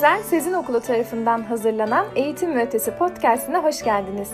Arkadaşlar, Sezin Okulu tarafından hazırlanan Eğitim ve Ötesi podcast'ine hoş geldiniz.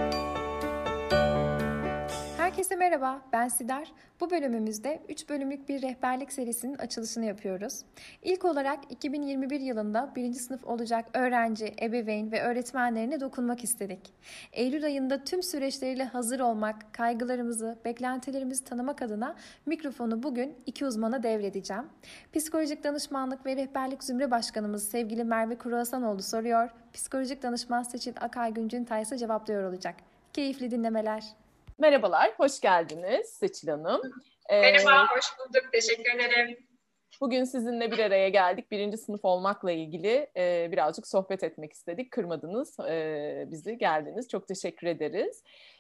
Herkese merhaba, ben Sidar. Bu bölümümüzde 3 bölümlük bir rehberlik serisinin açılışını yapıyoruz. İlk olarak 2021 yılında 1. sınıf olacak öğrenci, ebeveyn ve öğretmenlerine dokunmak istedik. Eylül ayında tüm süreçleriyle hazır olmak, kaygılarımızı, beklentilerimizi tanımak adına mikrofonu bugün 2 uzmana devredeceğim. Psikolojik danışmanlık ve rehberlik zümre başkanımız sevgili Merve Kurasanoğlu soruyor. Psikolojik danışman Seçil Akay Güncüntay ise cevaplıyor olacak. Keyifli dinlemeler. Merhabalar, hoş geldiniz Seçil Hanım. Merhaba, hoş bulduk. Teşekkür ederim. Bugün sizinle bir araya geldik. 1. sınıf olmakla ilgili birazcık sohbet etmek istedik. Kırmadınız, bizi geldiniz. Çok teşekkür ederiz.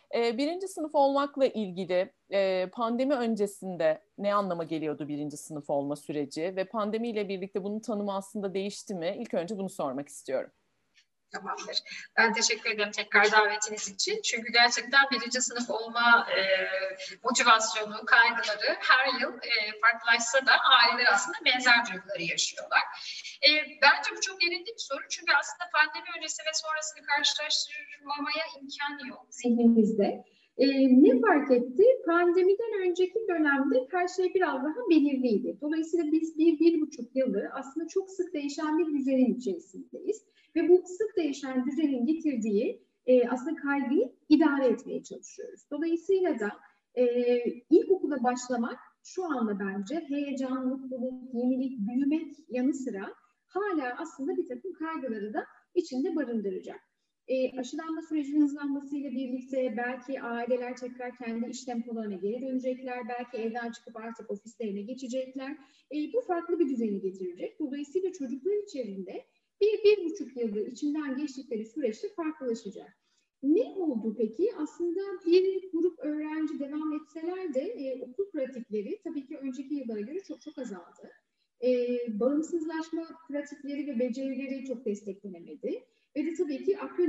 1. sınıf olmakla ilgili pandemi öncesinde ne anlama geliyordu 1. sınıf olma süreci ve pandemiyle birlikte bunun tanımı aslında değişti mi? İlk önce bunu sormak istiyorum. Tamamdır. Ben teşekkür ederim tekrar davetiniz için. Çünkü gerçekten 1. sınıf olma motivasyonu, kaygıları her yıl farklılaşsa da aileler aslında benzer duyguları yaşıyorlar. Bence bu çok yerinde bir soru. Çünkü aslında pandemi öncesi ve sonrasını karşılaştırmamaya imkan yok zihnimizde. Ne fark etti? Pandemiden önceki dönemde her şey biraz daha belirliydi. Dolayısıyla biz 1-1,5 yılı aslında çok sık değişen bir düzenin içerisindeyiz. Ve bu sık değişen düzenin getirdiği aslında kaygıyı idare etmeye çalışıyoruz. Dolayısıyla da ilkokula başlamak şu anda bence heyecan, mutluluk, yenilik, büyümek yanı sıra hala aslında bir takım kaygıları da içinde barındıracak. Aşılanma sürecinin hızlanmasıyla birlikte belki aileler tekrar kendi iş tempolarına geri dönecekler. Belki evden çıkıp artık ofislerine geçecekler. Bu farklı bir düzeni getirecek. Dolayısıyla çocuklar içerisinde 1-1,5 yılı içinden geçtikleri süreçte farklılaşacak. Ne oldu peki? Aslında bir grup öğrenci devam etseler de okul pratikleri tabii ki önceki yıllara göre çok azaldı. Bağımsızlaşma pratikleri ve becerileri çok desteklenemedi. Ve de tabii ki akran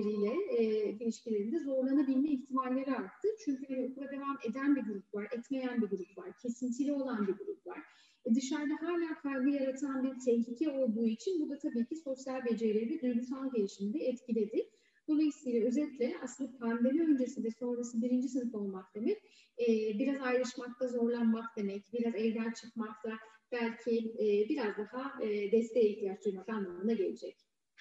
ilişkilerinde zorlanabilme ihtimalleri arttı. Çünkü okula devam eden bir grup var, etmeyen bir grup var, kesintili olan bir grup var. Dışarıda hala kaygı yaratan bir tehlike olduğu için bu da tabii ki sosyal becerileri ve duygusal gelişimi de etkiledi. Dolayısıyla özetle aslında pandemi öncesi ve sonrası 1. sınıf olmak demek, biraz ayrışmakta zorlanmak demek, biraz evden çıkmakta belki biraz daha desteğe ihtiyaç duymak anlamına gelecek.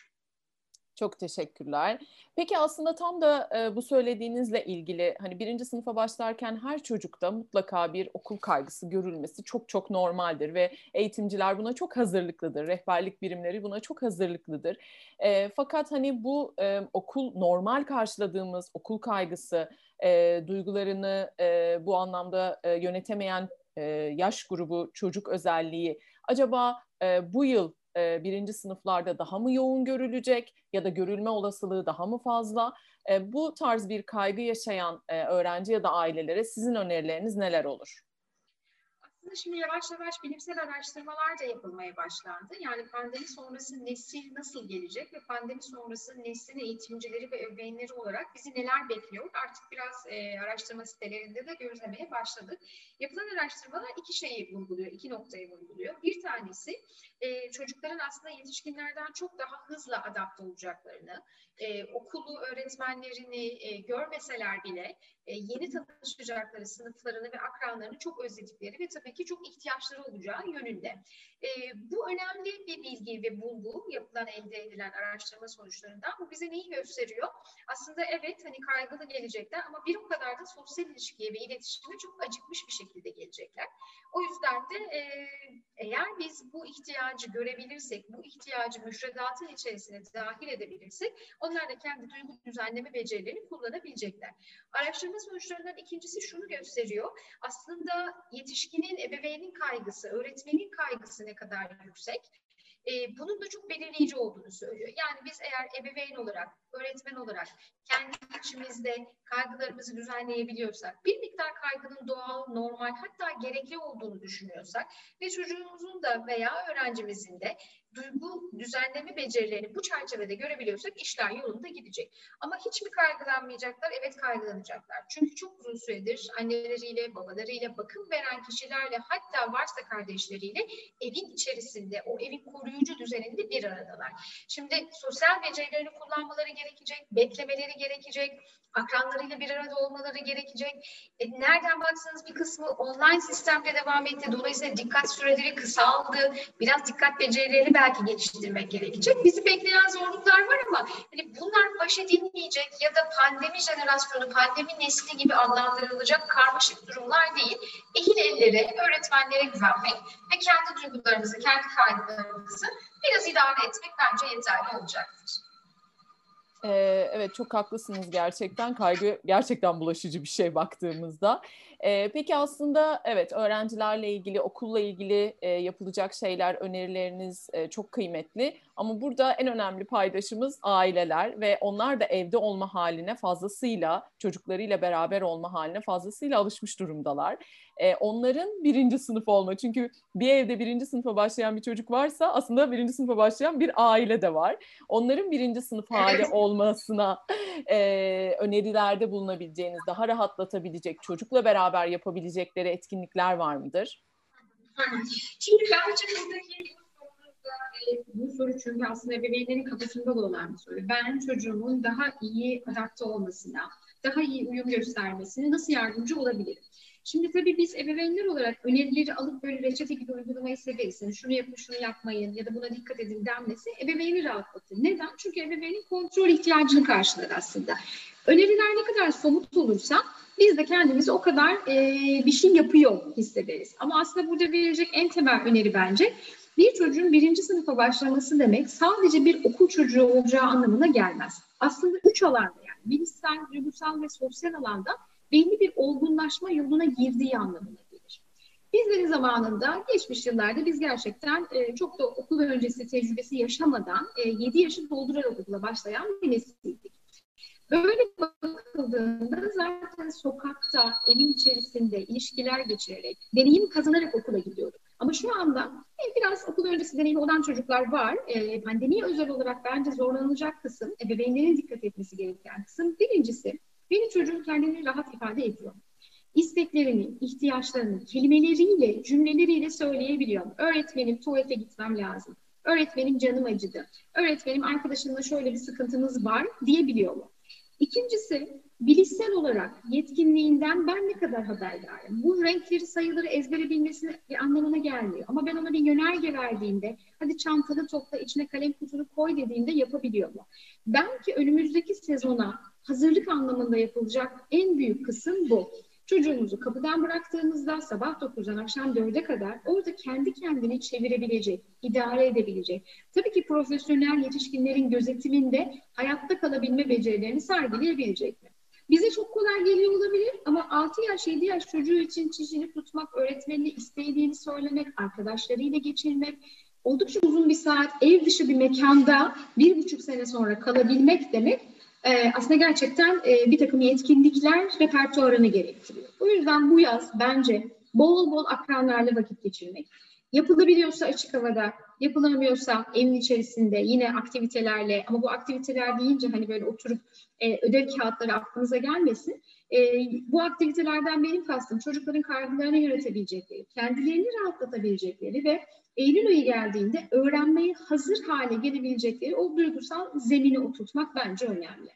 Çok teşekkürler. Peki aslında tam da bu söylediğinizle ilgili hani 1. sınıfa başlarken her çocukta mutlaka bir okul kaygısı görülmesi çok normaldir ve eğitimciler buna çok hazırlıklıdır. Rehberlik birimleri buna çok hazırlıklıdır. Fakat hani bu normal karşıladığımız okul kaygısı duygularını bu anlamda yönetemeyen yaş grubu çocuk özelliği acaba bu yıl 1. sınıflarda daha mı yoğun görülecek ya da görülme olasılığı daha mı fazla? Bu tarz bir kaygı yaşayan öğrenci ya da ailelere sizin önerileriniz neler olur? Aslında şimdi yavaş yavaş bilimsel araştırmalar da yapılmaya başlandı. Yani pandemi sonrası nesil nasıl gelecek ve pandemi sonrası neslin eğitimcileri ve ebeveynleri olarak bizi neler bekliyor? Artık biraz araştırma sitelerinde de gözlemeye başladık. Yapılan araştırmalar iki noktayı vurguluyor. Bir tanesi çocukların aslında yetişkinlerden çok daha hızlı adapte olacaklarını, okulu, öğretmenlerini görmeseler bile yeni tanışacakları sınıflarını ve akranlarını çok özledikleri ve tabii ki çok ihtiyaçları olacağı yönünde. Bu önemli bir bilgi ve bulgu yapılan elde edilen araştırma sonuçlarından. Bu bize neyi gösteriyor? Aslında evet hani kaygılı gelecekler ama bir o kadar da sosyal ilişkiye ve iletişime çok acıkmış bir şekilde gelecekler. O yüzden de eğer biz bu ihtiyacı görebilirsek, bu ihtiyacı müfredatın içerisine dahil edebilirsek onlar da kendi duygu düzenleme becerilerini kullanabilecekler. Araştırma sonuçlarından ikincisi şunu gösteriyor. Aslında yetişkinin, ebeveynin kaygısı, öğretmenin kaygısı ne kadar yüksek? Bunun da çok belirleyici olduğunu söylüyor. Yani biz eğer ebeveyn olarak, öğretmen olarak kendi içimizde kaygılarımızı düzenleyebiliyorsak, bir miktar kaygının doğal, normal hatta gerekli olduğunu düşünüyorsak ve çocuğumuzun da veya öğrencimizin de duygu düzenleme becerilerini bu çerçevede görebiliyorsak işler yolunda gidecek. Ama hiç mi kaygılanmayacaklar? Evet, kaygılanacaklar. Çünkü çok uzun süredir anneleriyle, babalarıyla, bakım veren kişilerle, hatta varsa kardeşleriyle evin içerisinde, o evin koruyucu düzeninde bir aradalar. Şimdi sosyal becerilerini kullanmaları gerekecek, beklemeleri gerekecek, akranlarıyla bir arada olmaları gerekecek. Nereden baksanız bir kısmı online sistemde devam etti. Dolayısıyla dikkat süreleri kısaldı. Biraz dikkat becerilerini belki geliştirmek gerekecek. Bizi bekleyen zorluklar var ama hani bunlar baş edilmeyecek ya da pandemi jenerasyonu, pandemi nesli gibi adlandırılacak karmaşık durumlar değil. Ehil ellere, öğretmenlere güvenmek ve kendi duygularımızı, kendi kaygılarımızı biraz idare etmek bence yeterli olacaktır. Evet, çok haklısınız gerçekten. Kaygı gerçekten bulaşıcı bir şey baktığımızda. Peki aslında evet, öğrencilerle ilgili, okulla ilgili yapılacak şeyler, önerileriniz çok kıymetli. Ama burada en önemli paydaşımız aileler ve onlar da evde olma haline fazlasıyla, çocuklarıyla beraber olma haline fazlasıyla alışmış durumdalar. Onların birinci sınıf olma, çünkü bir evde birinci sınıfa başlayan bir çocuk varsa aslında birinci sınıfa başlayan bir aile de var. Onların birinci sınıf hali olmasına önerilerde bulunabileceğiniz, daha rahatlatabilecek, çocukla beraber yapabilecekleri etkinlikler var mıdır? Şimdi bence buradaki bu soru çünkü aslında ebeveynlerin kafasında da olan bir soru. Ben çocuğumun daha iyi adapte olmasına, daha iyi uyum göstermesine nasıl yardımcı olabilirim? Şimdi tabii biz ebeveynler olarak önerileri alıp böyle reçete gibi uygulamayı severiz. Yani şunu yapın, şunu yapmayın ya da buna dikkat edin denmesi ebeveyni rahatlatır. Neden? Çünkü ebeveynin kontrol ihtiyacını karşılar aslında. Öneriler ne kadar somut olursa biz de kendimizi o kadar bir şey yapıyor hissederiz. Ama aslında burada verilecek en temel öneri bence bir çocuğun birinci sınıfa başlaması demek sadece bir okul çocuğu olacağı anlamına gelmez. Aslında 3 alanda, yani bilişsel, duygusal ve sosyal alanda belli bir olgunlaşma yoluna girdiği anlamına gelir. Bizlerin zamanında, geçmiş yıllarda biz gerçekten çok da okul öncesi tecrübesi yaşamadan 7 yaşı doldurarak okula başlayan bir nesildik. Böyle bakıldığında zaten sokakta, evin içerisinde ilişkiler geçirerek, deneyim kazanarak okula gidiyorduk. Ama şu anda biraz okul öncesi deneyimi olan çocuklar var. Pandemiye özel olarak bence zorlanacak kısım, ebeveynlerin dikkat etmesi gereken kısım. Birincisi, benim çocuğum kendini rahat ifade ediyor. İsteklerini, ihtiyaçlarını kelimeleriyle, cümleleriyle söyleyebiliyor. Öğretmenim, tuvalete gitmem lazım. Öğretmenim, canım acıdı. Öğretmenim, arkadaşımla şöyle bir sıkıntımız var diyebiliyor mu? İkincisi, bilişsel olarak yetkinliğinden ben ne kadar haberdarım? Bu renkleri, sayıları ezbere bilmesinin bir anlamına gelmiyor. Ama ben ona bir yönerge verdiğimde, hadi çantanı topla, içine kalem kutunu koy dediğimde yapabiliyor mu? Belki önümüzdeki sezona hazırlık anlamında yapılacak en büyük kısım bu. Çocuğumuzu kapıdan bıraktığımızda sabah 9'dan akşam 4'e kadar orada kendi kendini çevirebilecek, idare edebilecek. Tabii ki profesyonel yetişkinlerin gözetiminde hayatta kalabilme becerilerini sergileyebilecek mi? Bize çok kolay geliyor olabilir ama 6 yaş, 7 yaş çocuğu için çişini tutmak, öğretmenine istediğini söylemek, arkadaşlarıyla geçirmek, oldukça uzun bir saat ev dışı bir mekanda 1,5 sene sonra kalabilmek demek aslında gerçekten bir takım yetkinlikler repertuarını gerektiriyor. O yüzden bu yaz bence bol bol akranlarla vakit geçirmek. Yapılabiliyorsa açık havada, yapılamıyorsa evin içerisinde yine aktivitelerle, ama bu aktiviteler deyince hani böyle oturup ödev kağıtları aklınıza gelmesin. Bu aktivitelerden benim kastım çocukların kaygılarını yönetebilecekleri, kendilerini rahatlatabilecekleri ve Eylül ayı geldiğinde öğrenmeye hazır hale gelebilecekleri o duygusal zemini oturtmak bence önemli.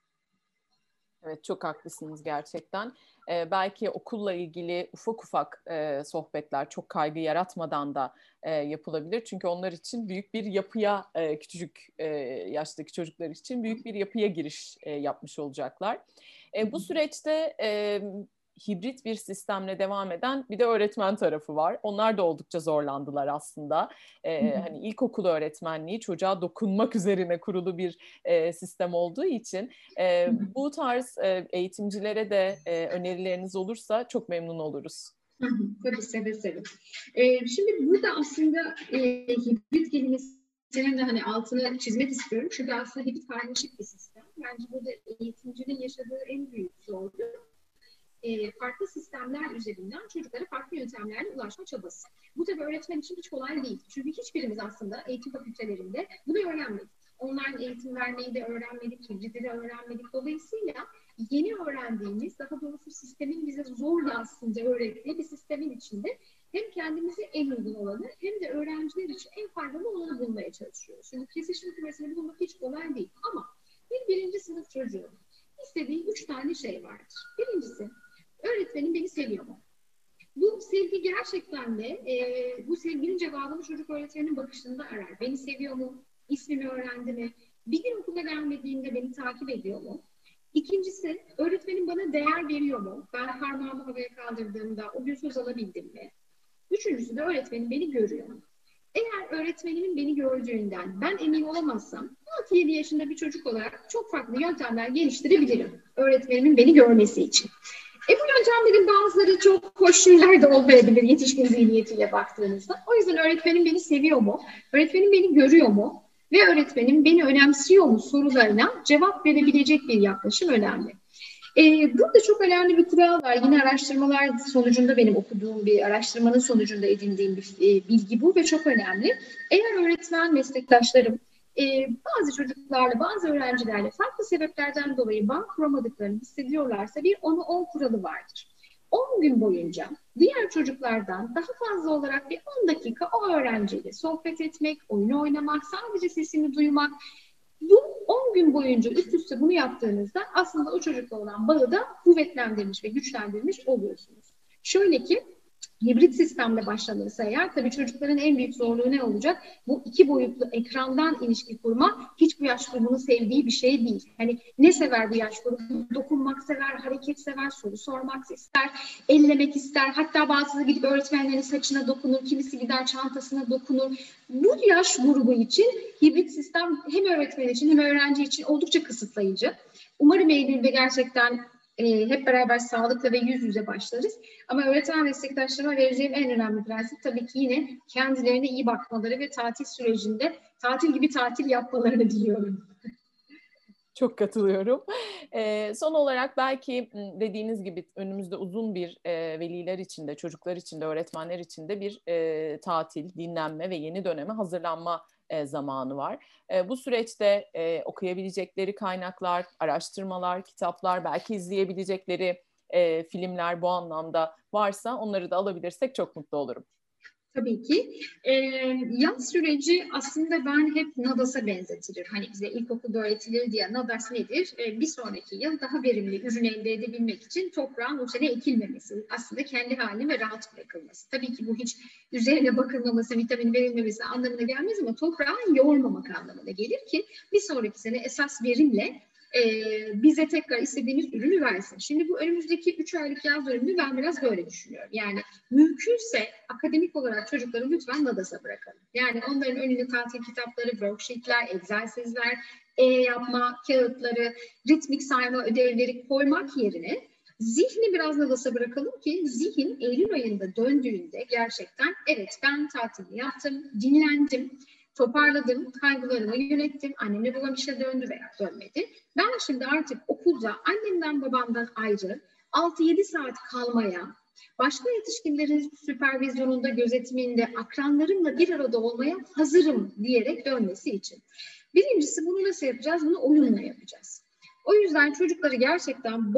Evet, çok haklısınız gerçekten. Belki okulla ilgili ufak ufak sohbetler çok kaygı yaratmadan da yapılabilir. Çünkü onlar için büyük bir yapıya, küçücük yaştaki çocuklar için büyük bir yapıya giriş yapmış olacaklar. Bu süreçte hibrit bir sistemle devam eden bir de öğretmen tarafı var. Onlar da oldukça zorlandılar aslında. Hani ilkokul öğretmenliği çocuğa dokunmak üzerine kurulu bir sistem olduğu için bu tarz eğitimcilere de önerileriniz olursa çok memnun oluruz. Tabii, seve seve. Şimdi burada aslında hibrit kelimesinin de hani altını çizmek istiyorum. Çünkü aslında hibrit karmaşık bir sistem. Bence burada eğitimcinin yaşadığı en büyük zorluk farklı sistemler üzerinden çocuklara farklı yöntemlerle ulaşma çabası. Bu tabii öğretmen için hiç kolay değil. Çünkü hiçbirimiz aslında eğitim fakültelerinde bunu öğrenmedik. Online eğitim vermeyi de öğrenmedik, hibridi de öğrenmedik. Dolayısıyla yeni öğrendiğimiz, daha doğrusu sistemin bize zorla aslında öğrettiği bir sistemin içinde hem kendimize en uygun olanı hem de öğrenciler için en faydalı olanı bulmaya çalışıyoruz. Şimdi kesişim kümesini bulmak hiç kolay değil ama birinci sınıf çocuğun istediği 3 tane şey vardır. Birincisi, öğretmenim beni seviyor mu? Bu sevgi gerçekten de, bu sevginin cevabını çocuk öğretmenin bakışında arar. Beni seviyor mu? İsmimi öğrendi mi? Bir gün okula gelmediğinde beni takip ediyor mu? İkincisi, öğretmenim bana değer veriyor mu? Ben parmağımı havaya kaldırdığımda o gün söz alabildim mi? Üçüncüsü de öğretmenim beni görüyor mu? Eğer öğretmenimin beni gördüğünden ben emin olamazsam 6-7 yaşında bir çocuk olarak çok farklı yöntemler geliştirebilirim öğretmenimin beni görmesi için. Bu yöntemlerin bazıları çok hoş şeyler de olmayabilir yetişkin zihniyetiyle baktığınızda. O yüzden öğretmenim beni seviyor mu? Öğretmenim beni görüyor mu? Ve öğretmenim beni önemsiyor mu sorularına cevap verebilecek bir yaklaşım önemli. Burada çok önemli bir kural var. Yine araştırmalar sonucunda benim okuduğum bir araştırmanın sonucunda edindiğim bir bilgi bu ve çok önemli. Eğer öğretmen meslektaşlarım bazı çocuklarla, bazı öğrencilerle farklı sebeplerden dolayı bağ kuramadıklarını hissediyorlarsa bir 10'u 10 kuralı vardır. 10 gün boyunca diğer çocuklardan daha fazla olarak bir 10 dakika o öğrenciyle sohbet etmek, oyun oynamak, sadece sesini duymak. Bu 10 gün boyunca üst üste bunu yaptığınızda aslında o çocukla olan bağı da kuvvetlendirmiş ve güçlendirmiş oluyorsunuz. Şöyle ki hibrit sistemle başlanırsa eğer tabii çocukların en büyük zorluğu ne olacak? Bu 2 boyutlu ekrandan ilişki kurma hiç bu yaş grubunun sevdiği bir şey değil. Hani ne sever bu yaş grubu? Dokunmak sever, hareket sever, soru sormak ister, ellemek ister. Hatta bazıları gidip öğretmenlerin saçına dokunur, kimisi gider çantasına dokunur. Bu yaş grubu için hibrit sistem hem öğretmen için hem öğrenci için oldukça kısıtlayıcı. Umarım Eylül'de gerçekten hep beraber sağlıklı ve yüz yüze başlarız. Ama öğretmen meslektaşlarıma vereceğim en önemli prensip tabii ki yine kendilerine iyi bakmaları ve tatil sürecinde tatil gibi tatil yapmalarını diliyorum. Çok katılıyorum. Son olarak belki dediğiniz gibi önümüzde uzun bir veliler için de, çocuklar için de, öğretmenler için de bir tatil, dinlenme ve yeni döneme hazırlanma zamanı var. Bu süreçte okuyabilecekleri kaynaklar, araştırmalar, kitaplar, belki izleyebilecekleri filmler bu anlamda varsa onları da alabilirsek çok mutlu olurum. Tabii ki. Yaz süreci aslında ben hep NADAS'a benzetirim. Hani bize ilkokulda öğretilir diye NADAS nedir? Bir sonraki yıl daha verimli ürün elde edebilmek için toprağın o sene ekilmemesi. Aslında kendi haline ve rahat bırakılması. Tabii ki bu hiç üzerine bakılmaması, vitamin verilmemesi anlamına gelmez ama toprağı yoğurmamak anlamına gelir ki bir sonraki sene esas verimle bize tekrar istediğimiz ürünü versin. Şimdi bu önümüzdeki 3 aylık yaz dönemini ben biraz böyle düşünüyorum. Yani mümkünse akademik olarak çocukları lütfen NADAS'a bırakalım. Yani onların önüne tatil kitapları, worksheetler, egzersizler, yapma kağıtları, ritmik sayma ödevleri koymak yerine zihni biraz NADAS'a bırakalım ki zihin Eylül ayında döndüğünde gerçekten evet ben tatilini yaptım, dinlendim, toparladım, kaygılarımı yönettim, annemle babam işe döndü veya dönmedi. Ben şimdi artık okulda annemden babamdan ayrı 6-7 saat kalmaya, başka yetişkinlerin süpervizyonunda, gözetiminde, akranlarımla bir arada olmaya hazırım diyerek dönmesi için. Birincisi bunu nasıl yapacağız? Bunu oyunla yapacağız. O yüzden çocukları gerçekten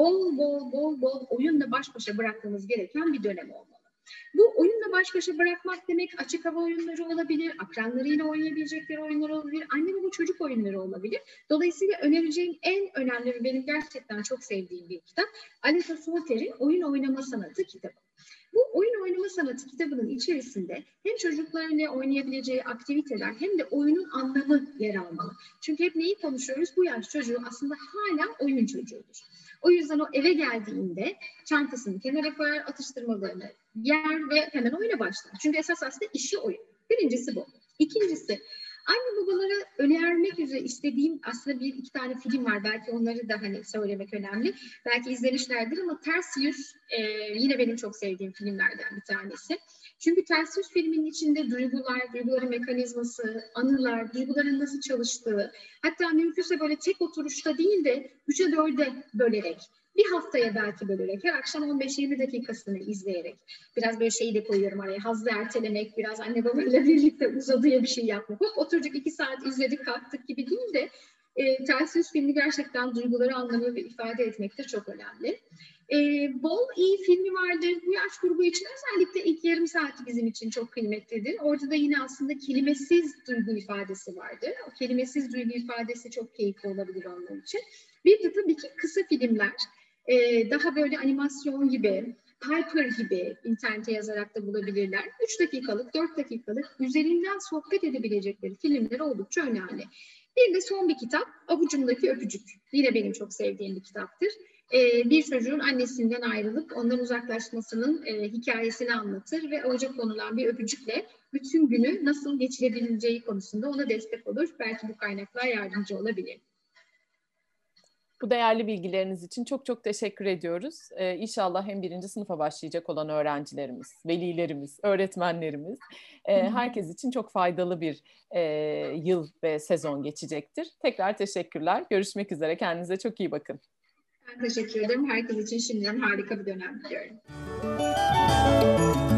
bol oyunla baş başa bırakmamız gereken bir dönem olmalı. Bu oyunla baş başa bırakmak demek açık hava oyunları olabilir, akranlarıyla oynayabilecekleri oyunlar olabilir, anne baba çocuk oyunları olabilir. Dolayısıyla önereceğim en önemli ve benim gerçekten çok sevdiğim bir kitap Aleta Solter'in Oyun Oynama Sanatı kitabı. Bu oyun oynama sanatı kitabının içerisinde hem çocuklarla oynayabileceği aktiviteler hem de oyunun anlamı yer almalı. Çünkü hep neyi konuşuyoruz? Bu yaş çocuğu aslında hala oyun çocuğudur. O yüzden o eve geldiğinde çantasını kenara koyar, atıştırmalarını yer ve hemen oyuna başlar. Çünkü esas aslında işi oyun. Birincisi bu. İkincisi, anne babalara önermek üzere istediğim aslında 1-2 tane film var. Belki onları da hani söylemek önemli. Belki izlemişlerdir ama Ters Yüz yine benim çok sevdiğim filmlerden bir tanesi. Çünkü Ters Yüz filminin içinde duygular, duyguların mekanizması, anılar, duyguların nasıl çalıştığı, hatta mümkünse böyle tek oturuşta değil de 3'e 4'e bölerek bir haftaya belki bölerek, her akşam 15-20 dakikasını izleyerek, biraz böyle şeyi de koyuyorum araya, hazzı ertelemek, biraz anne babayla birlikte uzadıya bir şey yapmak. Hop oturduk 2 saat izledik kalktık gibi değil de ters yüz filmi gerçekten duyguları anlamı ve ifade etmek de çok önemli. Bol iyi filmi vardır. Bu yaş grubu için özellikle ilk yarım saati bizim için çok kıymetlidir. Orada da yine aslında kelimesiz duygu ifadesi vardır. O kelimesiz duygu ifadesi çok keyifli olabilir onlar için. Bir de tabii ki kısa filmler. Daha böyle animasyon gibi, Piper gibi internete yazarak da bulabilirler. 3 dakikalık, 4 dakikalık üzerinden sohbet edebilecekleri filmler oldukça önemli. Bir de son bir kitap, Avucumdaki Öpücük. Yine benim çok sevdiğim bir kitaptır. Bir çocuğun annesinden ayrılıp ondan uzaklaşmasının hikayesini anlatır ve avuca konulan bir öpücükle bütün günü nasıl geçirebileceği konusunda ona destek olur. Belki bu kaynaklar yardımcı olabilir. Bu değerli bilgileriniz için çok çok teşekkür ediyoruz. İnşallah hem 1. sınıfa başlayacak olan öğrencilerimiz, velilerimiz, öğretmenlerimiz, herkes için çok faydalı bir yıl ve sezon geçecektir. Tekrar teşekkürler. Görüşmek üzere. Kendinize çok iyi bakın. Ben teşekkür ederim. Herkes için şimdiden harika bir dönem diliyorum.